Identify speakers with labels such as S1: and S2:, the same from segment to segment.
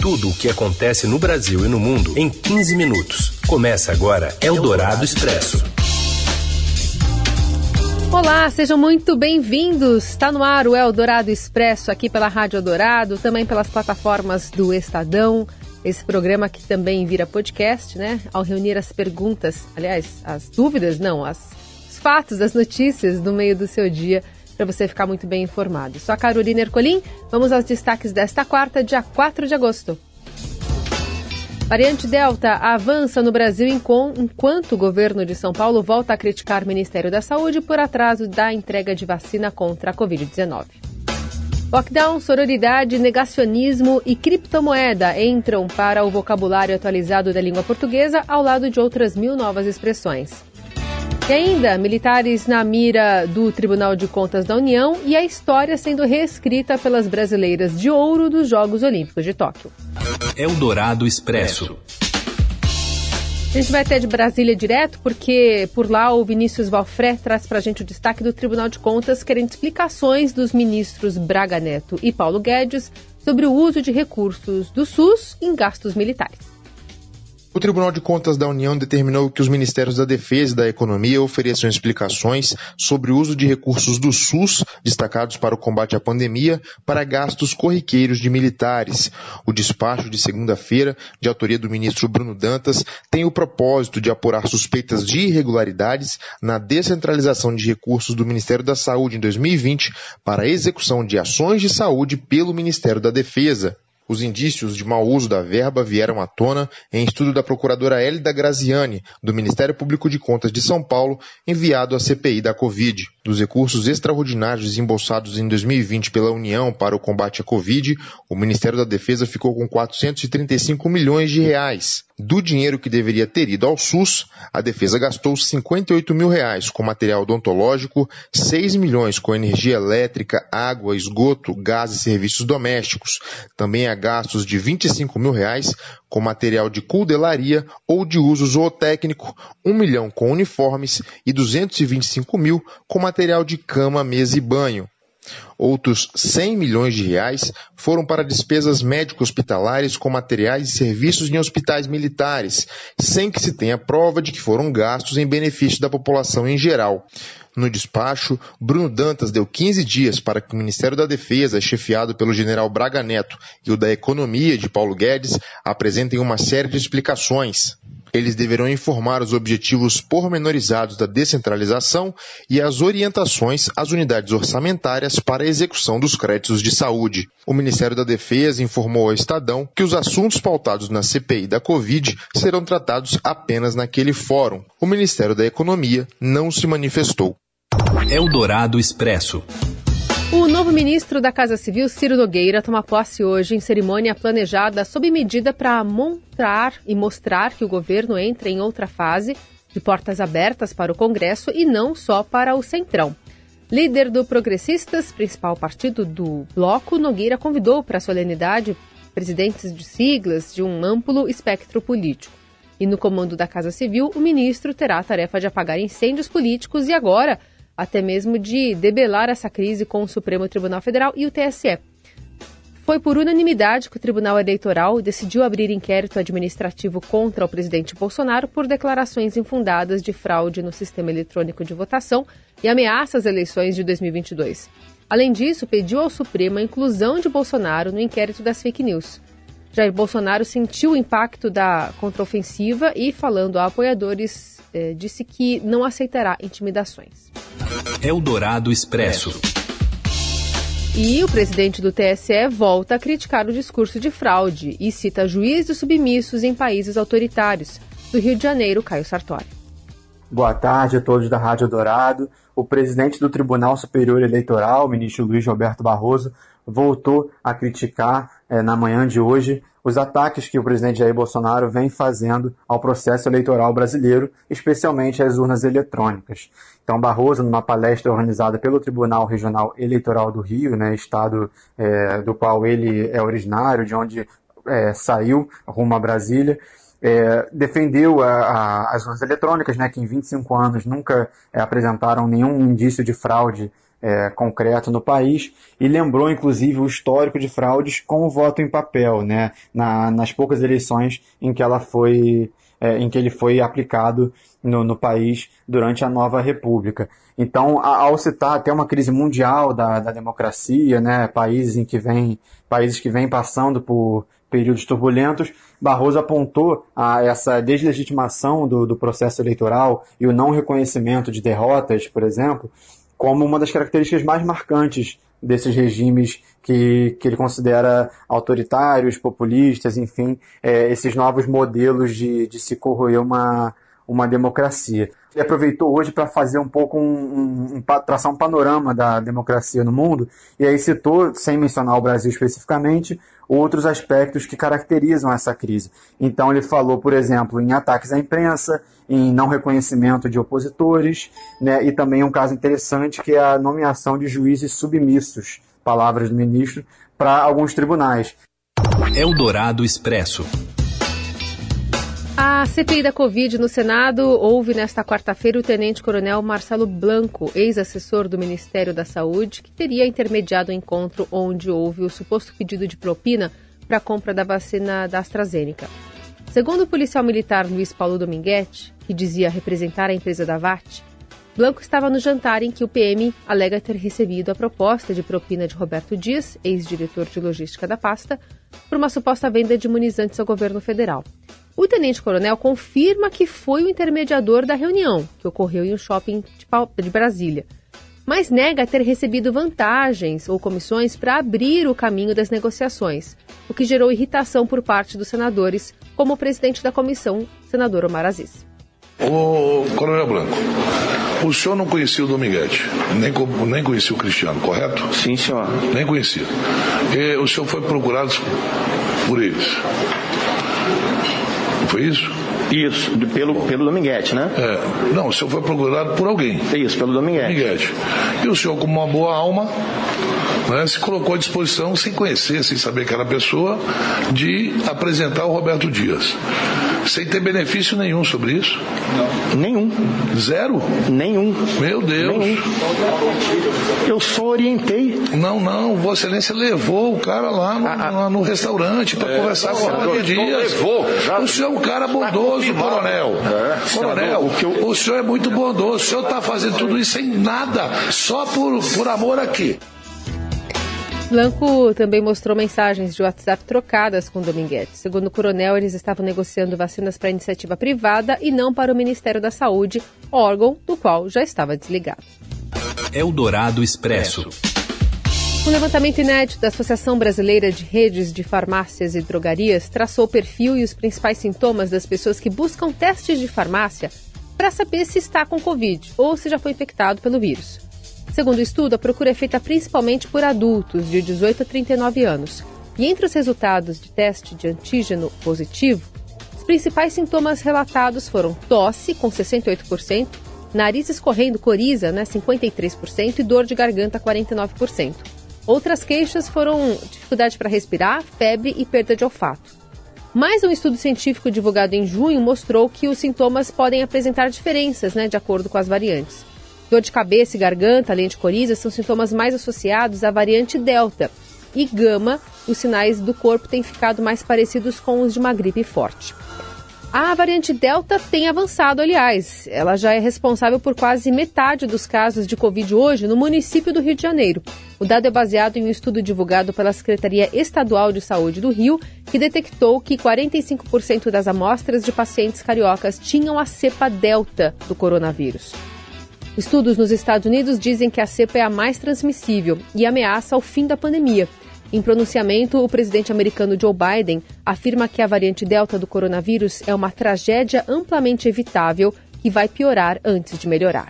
S1: tudo o que acontece no Brasil e no mundo em 15 minutos. Começa agora Eldorado Expresso.
S2: Olá, sejam muito bem-vindos. Está no ar o Eldorado Expresso aqui pela Rádio Eldorado, também pelas plataformas do Estadão. Esse programa que também vira podcast, né? Ao reunir as perguntas, aliás, as dúvidas, não, os fatos, as notícias no meio do seu dia, para você ficar muito bem informado. Sou a Carolina Ercolim, vamos aos destaques desta quarta, dia 4 de agosto. Variante Delta avança no Brasil enquanto o governo de São Paulo volta a criticar o Ministério da Saúde por atraso da entrega de vacina contra a Covid-19. Lockdown, sororidade, negacionismo e criptomoeda entram para o vocabulário atualizado da língua portuguesa ao lado de outras 1.000 novas expressões. E ainda, militares na mira do Tribunal de Contas da União e a história sendo reescrita pelas brasileiras de ouro dos Jogos Olímpicos de Tóquio.
S1: Eldorado Expresso.
S2: A gente vai até de Brasília direto, porque por lá o Vinícius Valfré traz pra gente o destaque do Tribunal de Contas, querendo explicações dos ministros Braga Neto e Paulo Guedes sobre o uso de recursos do SUS em gastos militares.
S3: O Tribunal de Contas da União determinou que os Ministérios da Defesa e da Economia ofereçam explicações sobre o uso de recursos do SUS, destacados para o combate à pandemia, para gastos corriqueiros de militares. O despacho de segunda-feira, de autoria do ministro Bruno Dantas, tem o propósito de apurar suspeitas de irregularidades na descentralização de recursos do Ministério da Saúde em 2020 para a execução de ações de saúde pelo Ministério da Defesa. Os indícios de mau uso da verba vieram à tona em estudo da procuradora Hélida Graziani, do Ministério Público de Contas de São Paulo, enviado à CPI da Covid. Dos recursos extraordinários desembolsados em 2020 pela União para o combate à Covid, o Ministério da Defesa ficou com 435 milhões de reais. Do dinheiro que deveria ter ido ao SUS, a Defesa gastou 58 mil reais com material odontológico, 6 milhões com energia elétrica, água, esgoto, gás e serviços domésticos. Também há gastos de 25 mil reais com material de culdelaria ou de uso zootécnico, 1 milhão com uniformes e 225 mil com material de cama, mesa e banho. Outros 100 milhões de reais foram para despesas médico-hospitalares com materiais e serviços em hospitais militares, sem que se tenha prova de que foram gastos em benefício da população em geral. No despacho, Bruno Dantas deu 15 dias para que o Ministério da Defesa, chefiado pelo general Braga Neto, e o da Economia, de Paulo Guedes, apresentem uma série de explicações. Eles deverão informar os objetivos pormenorizados da descentralização e as orientações às unidades orçamentárias para a execução dos créditos de saúde. O Ministério da Defesa informou ao Estadão que os assuntos pautados na CPI da Covid serão tratados apenas naquele fórum. O Ministério da Economia não se manifestou.
S1: Eldorado Expresso.
S2: O novo ministro da Casa Civil, Ciro Nogueira, toma posse hoje em cerimônia planejada sob medida para montar e mostrar que o governo entra em outra fase de portas abertas para o Congresso e não só para o Centrão. Líder do Progressistas, principal partido do bloco, Nogueira convidou para a solenidade presidentes de siglas de um amplo espectro político. E no comando da Casa Civil, o ministro terá a tarefa de apagar incêndios políticos e agora até mesmo de debelar essa crise com o Supremo Tribunal Federal e o TSE. Foi por unanimidade que o Tribunal Eleitoral decidiu abrir inquérito administrativo contra o presidente Bolsonaro por declarações infundadas de fraude no sistema eletrônico de votação e ameaça às eleições de 2022. Além disso, pediu ao Supremo a inclusão de Bolsonaro no inquérito das fake news. Jair Bolsonaro sentiu o impacto da contraofensiva e, falando a apoiadores, disse que não aceitará intimidações.
S1: Eldorado Expresso.
S2: E o presidente do TSE volta a criticar o discurso de fraude e cita juízes submissos em países autoritários. Do Rio de Janeiro, Caio Sartori.
S4: Boa tarde a todos da Rádio Eldorado. O presidente do Tribunal Superior Eleitoral, o ministro Luiz Roberto Barroso, voltou a criticar na manhã de hoje os ataques que o presidente Jair Bolsonaro vem fazendo ao processo eleitoral brasileiro, especialmente às urnas eletrônicas. Então, Barroso, numa palestra organizada pelo Tribunal Regional Eleitoral do Rio, estado do qual ele é originário, de onde saiu rumo a Brasília, defendeu as urnas eletrônicas, que em 25 anos nunca apresentaram nenhum indício de fraude concreto no país, e lembrou inclusive o histórico de fraudes com o voto em papel, né, nas poucas eleições em que ele foi aplicado no país durante a nova república. Então, ao citar até uma crise mundial da democracia, né, países que vêm passando por períodos turbulentos, Barroso apontou a essa deslegitimação do processo eleitoral e o não reconhecimento de derrotas, por exemplo, como uma das características mais marcantes desses regimes que ele considera autoritários, populistas, enfim, esses novos modelos de se corroer uma democracia. Ele aproveitou hoje para fazer um pouco traçar um panorama da democracia no mundo, e aí citou, sem mencionar o Brasil especificamente, outros aspectos que caracterizam essa crise. Então ele falou, por exemplo, em ataques à imprensa, em não reconhecimento de opositores, né, e também um caso interessante que é a nomeação de juízes submissos, palavras do ministro, para alguns tribunais.
S1: Eldorado Expresso.
S2: A CPI da Covid no Senado houve nesta quarta-feira o tenente-coronel Marcelo Blanco, ex-assessor do Ministério da Saúde, que teria intermediado o encontro onde houve o suposto pedido de propina para a compra da vacina da AstraZeneca. Segundo o policial militar Luiz Paulo Dominguete, que dizia representar a empresa da VAT, Blanco estava no jantar em que o PM alega ter recebido a proposta de propina de Roberto Dias, ex-diretor de logística da pasta, por uma suposta venda de imunizantes ao governo federal. O tenente-coronel confirma que foi o intermediador da reunião, que ocorreu em um shopping de Brasília, mas nega ter recebido vantagens ou comissões para abrir o caminho das negociações, o que gerou irritação por parte dos senadores, como o presidente da comissão, senador Omar Aziz.
S5: Ô, Coronel Blanco, o senhor não conhecia o Dominguete, nem conhecia o Cristiano, correto?
S6: Sim, senhor.
S5: Nem conhecia. E o senhor foi procurado por eles. Foi isso?
S6: Isso, pelo Dominguete, né?
S5: Não, o senhor foi procurado por alguém.
S6: Isso, pelo Dominguete.
S5: E o senhor, como uma boa alma, né, se colocou à disposição, sem conhecer, sem saber que era a pessoa, de apresentar o Roberto Dias. Sem ter benefício nenhum sobre isso?
S6: Não. Nenhum.
S5: Zero?
S6: Nenhum.
S5: Meu Deus.
S6: Nenhum. Eu só orientei.
S5: Não, Vossa Excelência levou o cara lá no restaurante para conversar com o Roberto Dias. O senhor é um cara bondoso, coronel. Coronel, o senhor é muito bondoso. O senhor está fazendo tudo isso sem nada, só por amor aqui.
S2: Blanco também mostrou mensagens de WhatsApp trocadas com Dominguete. Segundo o coronel, eles estavam negociando vacinas para iniciativa privada e não para o Ministério da Saúde, órgão do qual já estava desligado.
S1: Eldorado Expresso.
S2: Um levantamento inédito da Associação Brasileira de Redes de Farmácias e Drogarias traçou o perfil e os principais sintomas das pessoas que buscam testes de farmácia para saber se está com Covid ou se já foi infectado pelo vírus. Segundo o estudo, a procura é feita principalmente por adultos de 18 a 39 anos. E entre os resultados de teste de antígeno positivo, os principais sintomas relatados foram tosse, com 68%, nariz escorrendo, coriza, 53%, e dor de garganta, 49%. Outras queixas foram dificuldade para respirar, febre e perda de olfato. Mais um estudo científico divulgado em junho mostrou que os sintomas podem apresentar diferenças, de acordo com as variantes. Dor de cabeça e garganta, além de coriza, são sintomas mais associados à variante Delta. E Gama, os sinais do corpo têm ficado mais parecidos com os de uma gripe forte. A variante Delta tem avançado, aliás. Ela já é responsável por quase metade dos casos de Covid hoje no município do Rio de Janeiro. O dado é baseado em um estudo divulgado pela Secretaria Estadual de Saúde do Rio, que detectou que 45% das amostras de pacientes cariocas tinham a cepa Delta do coronavírus. Estudos nos Estados Unidos dizem que a cepa é a mais transmissível e ameaça o fim da pandemia. Em pronunciamento, o presidente americano Joe Biden afirma que a variante Delta do coronavírus é uma tragédia amplamente evitável que vai piorar antes de melhorar.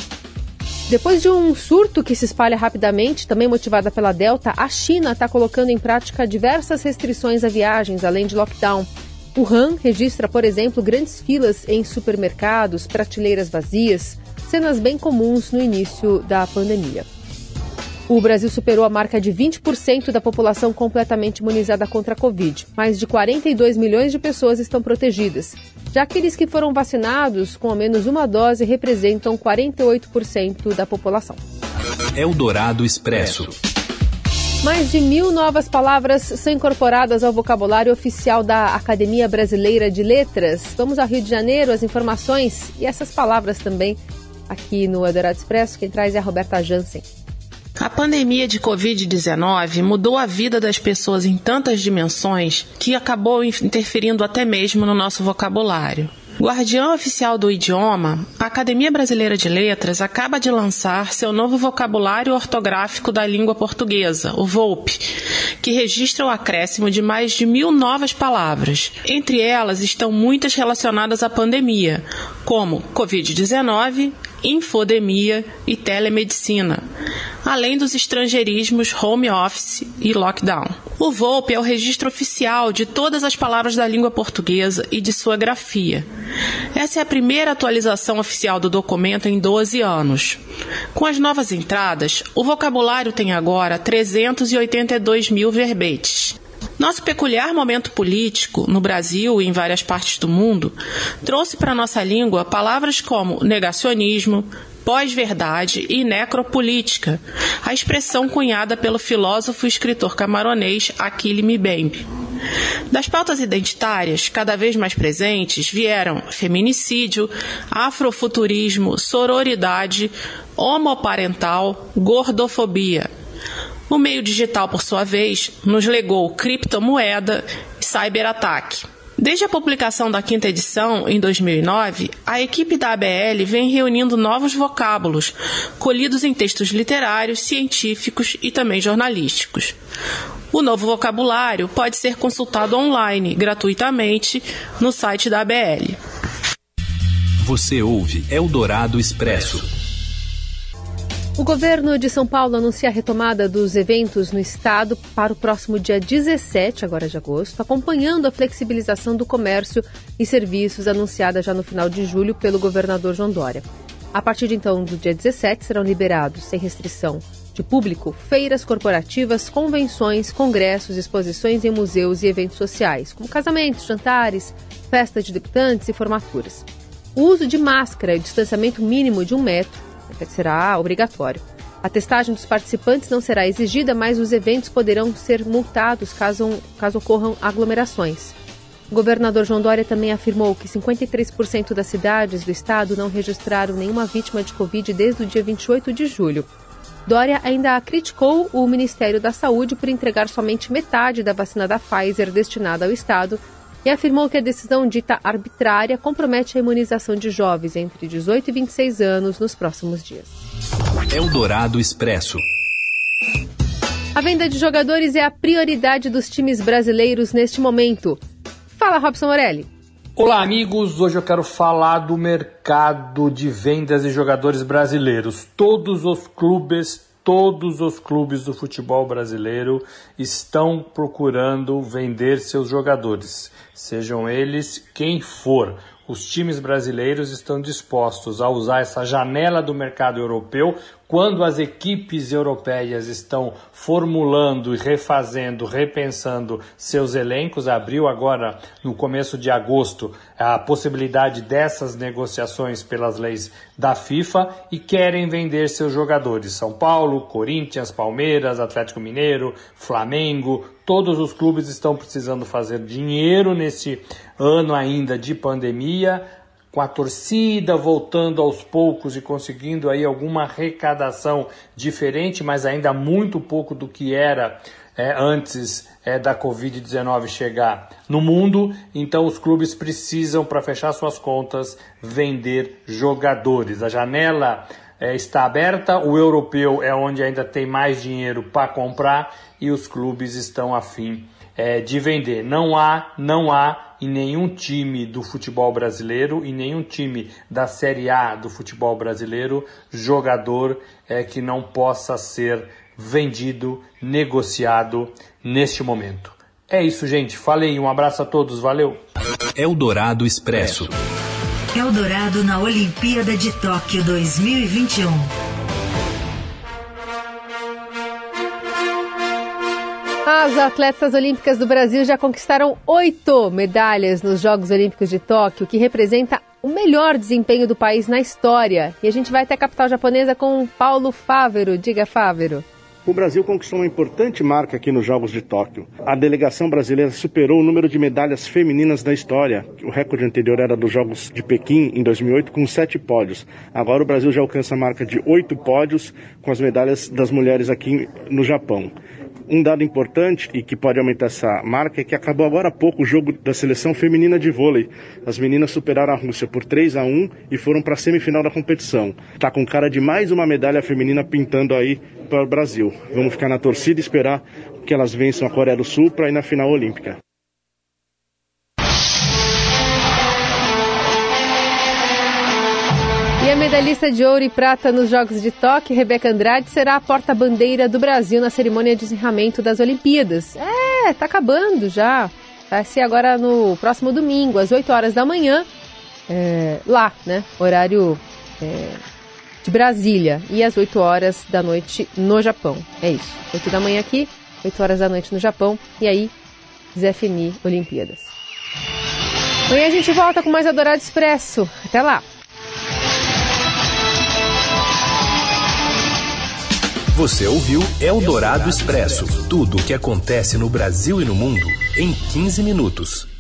S2: Depois de um surto que se espalha rapidamente, também motivada pela Delta, a China está colocando em prática diversas restrições a viagens, além de lockdown. Wuhan registra, por exemplo, grandes filas em supermercados, prateleiras vazias, cenas bem comuns no início da pandemia. O Brasil superou a marca de 20% da população completamente imunizada contra a Covid. Mais de 42 milhões de pessoas estão protegidas. Já aqueles que foram vacinados com ao menos uma dose representam 48% da população.
S1: Eldorado Expresso.
S2: Mais de 1.000 novas palavras são incorporadas ao vocabulário oficial da Academia Brasileira de Letras. Vamos ao Rio de Janeiro, as informações e essas palavras também aqui no Eldorado Expresso. Quem traz é a Roberta Jansen.
S7: A pandemia de Covid-19 mudou a vida das pessoas em tantas dimensões que acabou interferindo até mesmo no nosso vocabulário. Guardiã oficial do idioma, a Academia Brasileira de Letras acaba de lançar seu novo vocabulário ortográfico da língua portuguesa, o VOLP, que registra o acréscimo de mais de 1.000 novas palavras. Entre elas estão muitas relacionadas à pandemia, como Covid-19, infodemia e telemedicina, além dos estrangeirismos home office e lockdown. O VOLP é o registro oficial de todas as palavras da língua portuguesa e de sua grafia. Essa é a primeira atualização oficial do documento em 12 anos. Com as novas entradas, o vocabulário tem agora 382 mil verbetes. Nosso peculiar momento político, no Brasil e em várias partes do mundo, trouxe para nossa língua palavras como negacionismo, pós-verdade e necropolítica, a expressão cunhada pelo filósofo e escritor camaronês Achille Mbembe. Das pautas identitárias, cada vez mais presentes, vieram feminicídio, afrofuturismo, sororidade, homoparental, gordofobia. O meio digital, por sua vez, nos legou criptomoeda e cyberataque. Desde a publicação da 5ª edição, em 2009, a equipe da ABL vem reunindo novos vocábulos, colhidos em textos literários, científicos e também jornalísticos. O novo vocabulário pode ser consultado online, gratuitamente, no site da ABL.
S1: Você ouve Eldorado Expresso.
S2: O governo de São Paulo anuncia a retomada dos eventos no estado para o próximo dia 17, agora de agosto, acompanhando a flexibilização do comércio e serviços anunciada já no final de julho pelo governador João Dória. A partir de então, do dia 17, serão liberados, sem restrição de público, feiras corporativas, convenções, congressos, exposições em museus e eventos sociais, como casamentos, jantares, festas de debutantes e formaturas. O uso de máscara e o distanciamento mínimo de 1 metro será obrigatório. A testagem dos participantes não será exigida, mas os eventos poderão ser multados caso ocorram aglomerações. O governador João Dória também afirmou que 53% das cidades do estado não registraram nenhuma vítima de Covid desde o dia 28 de julho. Dória ainda criticou o Ministério da Saúde por entregar somente metade da vacina da Pfizer destinada ao estado e afirmou que a decisão dita arbitrária compromete a imunização de jovens entre 18 e 26 anos nos próximos dias.
S1: Eldorado Expresso.
S2: A venda de jogadores é a prioridade dos times brasileiros neste momento. Fala, Robson Morelli.
S8: Olá, amigos. Hoje eu quero falar do mercado de vendas de jogadores brasileiros. Todos os clubes do futebol brasileiro estão procurando vender seus jogadores, sejam eles quem for. Os times brasileiros estão dispostos a usar essa janela do mercado europeu quando as equipes europeias estão formulando e refazendo, repensando seus elencos. Abriu agora, no começo de agosto, a possibilidade dessas negociações pelas leis da FIFA e querem vender seus jogadores. São Paulo, Corinthians, Palmeiras, Atlético Mineiro, Flamengo, todos os clubes estão precisando fazer dinheiro nesse ano ainda de pandemia, com a torcida voltando aos poucos e conseguindo aí alguma arrecadação diferente, mas ainda muito pouco do que era antes da Covid-19 chegar no mundo. Então os clubes precisam, para fechar suas contas, vender jogadores. A janela está aberta, o europeu é onde ainda tem mais dinheiro para comprar e os clubes estão a fim de vender. Não há em nenhum time do futebol brasileiro, em nenhum time da Série A do futebol brasileiro, jogador que não possa ser vendido, negociado neste momento. É isso, gente. Falei, um abraço a todos, valeu.
S1: Eldorado Expresso.
S9: Eldorado na Olimpíada de Tóquio 2021.
S2: As atletas olímpicas do Brasil já conquistaram 8 medalhas nos Jogos Olímpicos de Tóquio, que representa o melhor desempenho do país na história. E a gente vai até a capital japonesa com Paulo Fávero. Diga, Fávero.
S10: O Brasil conquistou uma importante marca aqui nos Jogos de Tóquio. A delegação brasileira superou o número de medalhas femininas da história. O recorde anterior era dos Jogos de Pequim, em 2008, com 7 pódios. Agora o Brasil já alcança a marca de 8 pódios com as medalhas das mulheres aqui no Japão. Um dado importante e que pode aumentar essa marca é que acabou agora há pouco o jogo da seleção feminina de vôlei. As meninas superaram a Rússia por 3-1 e foram para a semifinal da competição. Tá com cara de mais uma medalha feminina pintando aí para o Brasil. Vamos ficar na torcida e esperar que elas vençam a Coreia do Sul para ir na final olímpica.
S2: E a medalhista de ouro e prata nos Jogos de Tóquio, Rebeca Andrade, será a porta-bandeira do Brasil na cerimônia de encerramento das Olimpíadas. Tá acabando já. Vai ser agora no próximo domingo, às 8 horas da manhã, lá, né? Horário de Brasília. E às 8 horas da noite no Japão. É isso. 8 da manhã aqui, 8 horas da noite no Japão. E aí, ZFMI Olimpíadas. Amanhã a gente volta com mais Eldorado Expresso. Até lá.
S1: Você ouviu Eldorado Expresso. Tudo o que acontece no Brasil e no mundo em 15 minutos.